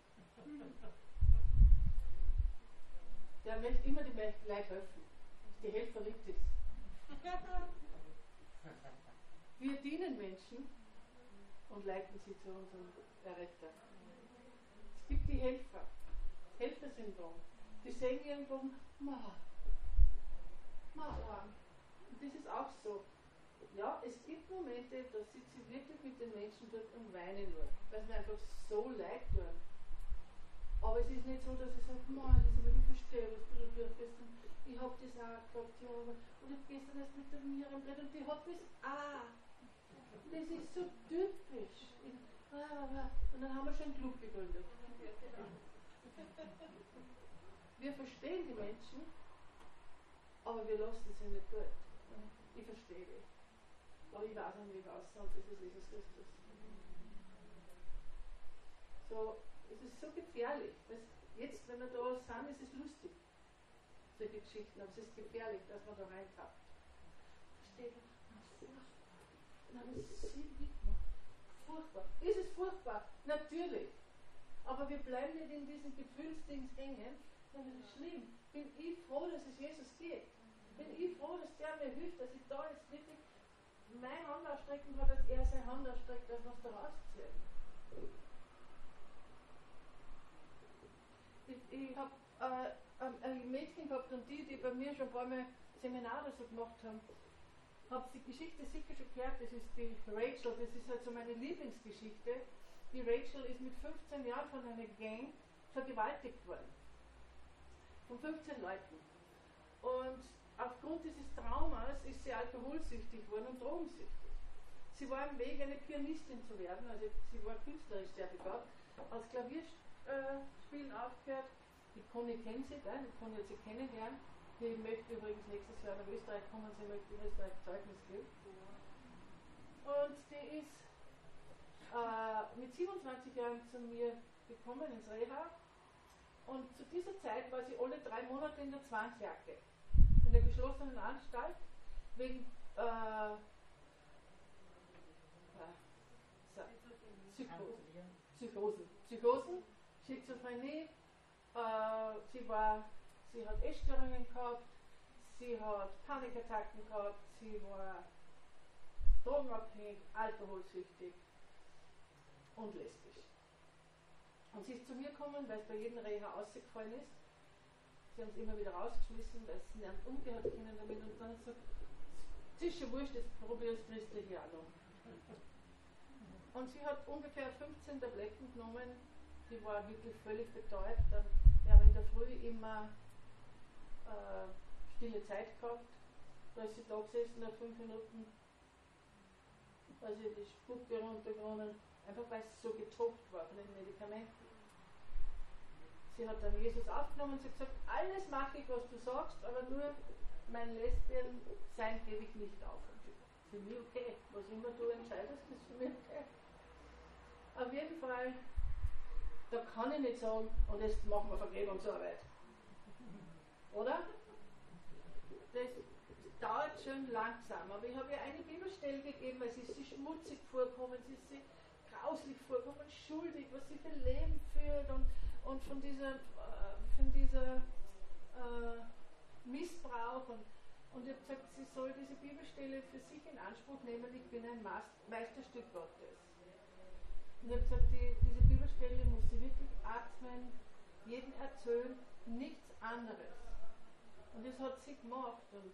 Der möchte immer die Leute helfen. Die Helferitis. Wir dienen Menschen und leiten sie zu unserem Erretter. Es gibt die Helfer. Das Helfersyndrom. Die sehen irgendwo, ma, ma, und das ist auch so. Ja, es gibt Momente, da sitze ich wirklich mit den Menschen dort und weine nur, weil es mir einfach so leid tut. Aber es ist nicht so, dass ich sage, Mann, Elisabeth, ich verstehe, was du da durchgehst. Ich habe das auch gehabt, ja, aber und ich habe gestern erst mit der Miriam geredet und die hat das auch. Das ist so typisch. Und dann haben wir schon einen Club gegründet. Wir verstehen die Menschen, aber wir lassen sie nicht gut. Ich verstehe dich. Aber ich weiß einen Weg aus und das ist Jesus Christus. So, es ist so gefährlich. Jetzt, wenn wir da sind, ist es lustig. Solche Geschichten, aber es ist gefährlich, dass man da reintappt. Versteht ihr? Furchtbar. Nein, das ist so mitmachen. Furchtbar. Ist es furchtbar? Natürlich. Aber wir bleiben nicht in diesen Gefühlsdings hängen, sondern es ist schlimm. Bin ich froh, dass es Jesus gibt. Bin ich froh, dass der mir hilft, dass ich da jetzt wirklich meine Hand ausstrecken kann, dass er seine Hand ausstreckt, dass wir es da rausziehen. Ich, ich habe äh, ein, ein Mädchen gehabt und die, die bei mir schon ein paar Mal Seminare so gemacht haben, habe die Geschichte sicher schon gehört, das ist die Rachel, das ist halt so meine Lieblingsgeschichte. Die Rachel ist mit fünfzehn Jahren von einer Gang vergewaltigt worden. Von fünfzehn Leuten. Und aufgrund dieses Traumas ist sie alkoholsüchtig geworden und drogensüchtig. Sie war im Weg, eine Pianistin zu werden, also sie war künstlerisch sehr begabt, als Klavierspielen äh, aufgehört. Die Conny kennt sie, gell? Die Conny hat sie kennengelernt. Die möchte übrigens nächstes Jahr nach Österreich kommen, sie möchte in Österreich Zeugnis geben. Und neunzig Jahren zu mir gekommen ins Reha und zu dieser Zeit war sie alle drei Monate in der Zwangsjacke, in der geschlossenen Anstalt, wegen äh, Psychosen, Psychosen, Psychosen, Schizophrenie, äh, sie, war, sie hat Essstörungen gehabt, sie hat Panikattacken gehabt, sie war drogenabhängig, alkoholsüchtig und lesbisch. Und sie ist zu mir gekommen, weil es bei jedem Reha ausgefallen ist. Sie haben es immer wieder rausgeschmissen, weil sie nicht umgehört können damit und dann hat sie gesagt, es ist schon wurscht, jetzt probierst du es hier auch noch. Und sie hat ungefähr fünfzehn Tabletten genommen, die war wirklich völlig betäubt. Dann, wir haben in der Früh immer äh, stille Zeit gehabt, da ist sie da gesessen, nach fünf Minuten, also die Spucke runtergegangen, einfach weil es so getobt war von den Medikamenten. Sie hat dann Jesus aufgenommen und sie hat gesagt, alles mache ich, was du sagst, aber nur mein Lesbian-Sein gebe ich nicht auf. Und für mich okay, was immer du entscheidest, ist für mich okay. Auf jeden Fall, da kann ich nicht sagen, und jetzt machen wir Vergebungsarbeit. Oder? Das dauert schon langsam, aber ich habe ihr eine Bibelstelle gegeben, weil sie ist sie schmutzig vorkommen, sie ist sie grauslich vorkommen, schuldig, was sie für Leben führt und, und von dieser, äh, von dieser äh, Missbrauch und, und ich habe gesagt, sie soll diese Bibelstelle für sich in Anspruch nehmen, ich bin ein Meisterstück Gottes. Und ich habe gesagt, die, diese Bibelstelle muss sie wirklich atmen, jedem erzählen, nichts anderes. Und das hat sie gemacht und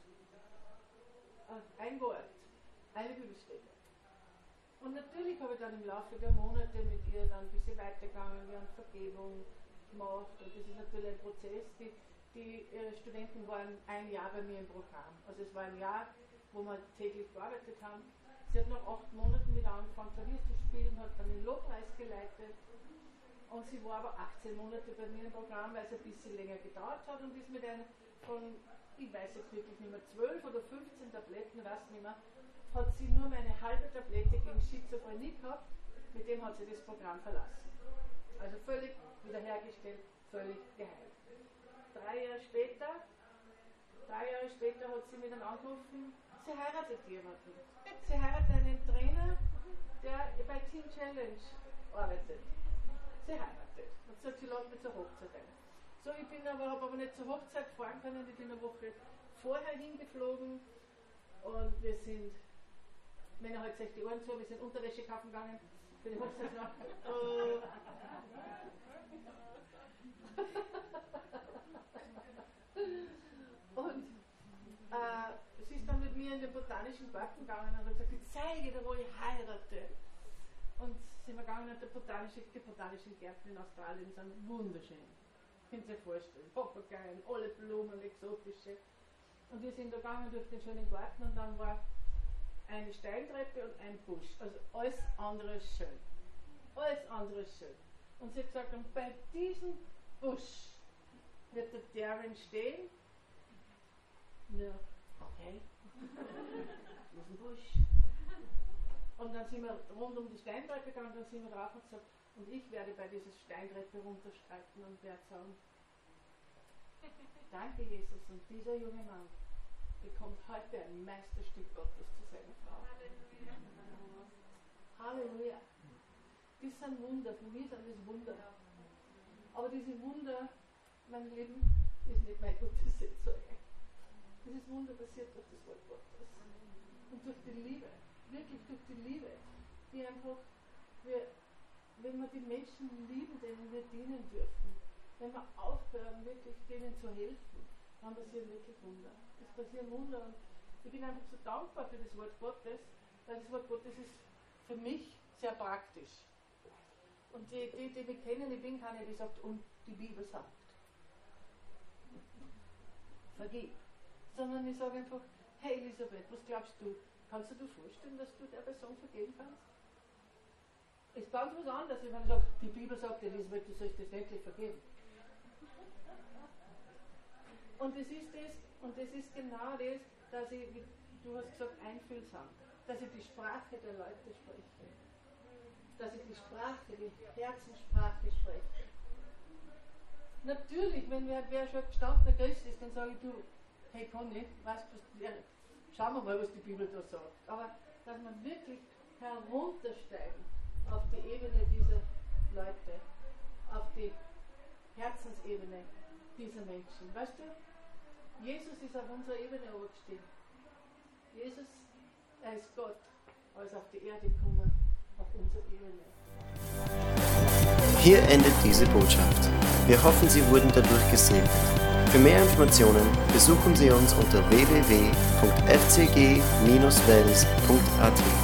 äh, ein Wort, eine Bibelstelle. Und natürlich habe ich dann im Laufe der Monate mit ihr dann ein bisschen weitergegangen, wir haben Vergebung gemacht und das ist natürlich ein Prozess. Die, die ihre Studenten waren ein Jahr bei mir im Programm. Also es war ein Jahr, wo wir täglich gearbeitet haben. Sie hat nach acht Monaten wieder angefangen Klavier zu spielen, hat dann den Lobpreis geleitet und sie war aber achtzehn Monate bei mir im Programm, weil es ein bisschen länger gedauert hat und ist mit einer von, ich weiß jetzt wirklich nicht mehr, zwölf oder fünfzehn Tabletten, weiß nicht mehr, hat sie nur meine halbe Tablette gegen Schizophrenie gehabt, mit dem hat sie das Programm verlassen. Also völlig wiederhergestellt, völlig geheilt. Drei Jahre später, drei Jahre später hat sie mir dann angerufen, sie heiratet jemanden. Sie heiratet einen Trainer, der bei Team Challenge arbeitet. Sie heiratet. Und sagt, sie lädt mich zur Hochzeit ein. So, ich bin aber, habe aber nicht zur Hochzeit fahren können, ich bin eine Woche vorher hingeflogen und wir sind, Männer halten sich die Ohren zu, wir sind Unterwäsche kaufen gegangen für die Hochzeitsnacht. uh, und äh, sie ist dann mit mir in den botanischen Garten gegangen und hat gesagt, ich zeige dir, wo ich heirate. Und sind wir gegangen und die botanischen, die botanischen Gärten in Australien sind wunderschön. Könnt ihr euch vorstellen. Papageien, alle Blumen, exotische. Und wir sind da gegangen durch den schönen Garten und dann war eine Steintreppe und ein Busch. Also alles andere ist schön. Alles andere ist schön. Und sie hat gesagt, und bei diesem Busch wird der Darren stehen. Ja, okay. Das ist ein Busch. Und dann sind wir rund um die Steintreppe gegangen, dann sind wir drauf und gesagt, und ich werde bei dieser Steintreppe runterstreiten und werde sagen, danke Jesus, und dieser junge Mann bekommt heute ein Meisterstück Gottes zu seiner Frau. Halleluja. Halleluja. Das sind Wunder, für mich sind das Wunder. Aber diese Wunder, mein Leben, ist nicht mein Gottesseelsorge. Dieses Wunder passiert durch das Wort Gottes. Und durch die Liebe, wirklich durch die Liebe, die einfach, wir, wenn wir die Menschen lieben, denen wir dienen dürfen, wenn wir aufhören, wirklich denen zu helfen, dann passieren wirklich Wunder. Es passieren Wunder und ich bin einfach so dankbar für das Wort Gottes, weil das Wort Gottes ist für mich sehr praktisch. Und die, die, die mich kennen, ich bin keine, die sagt, und die Bibel sagt. Vergib. Sondern ich sage einfach, hey Elisabeth, was glaubst du? Kannst du dir vorstellen, dass du der Person vergeben kannst? Ist ganz was anderes, wenn man sagt, die Bibel sagt, Elisabeth, du sollst das wirklich vergeben. Und das ist das, und das ist genau das, dass ich, wie du hast gesagt, einfühlsam, dass ich die Sprache der Leute spreche. dass ich die Sprache, die Herzenssprache spreche. Natürlich, wenn wer, wer schon gestandener Christ ist, dann sage ich, du, hey Conny, weißt du, was, schauen wir mal, was die Bibel da sagt. Aber dass man wirklich heruntersteigen auf die Ebene dieser Leute, auf die Herzensebene dieser Menschen. Weißt du, Jesus ist auf unserer Ebene angestiegen. Jesus, er ist Gott, er ist auf die Erde gekommen, auf unsere Ebene. Hier endet diese Botschaft. Wir hoffen, Sie wurden dadurch gesegnet. Für mehr Informationen besuchen Sie uns unter w w w punkt f c g dash wels punkt a t.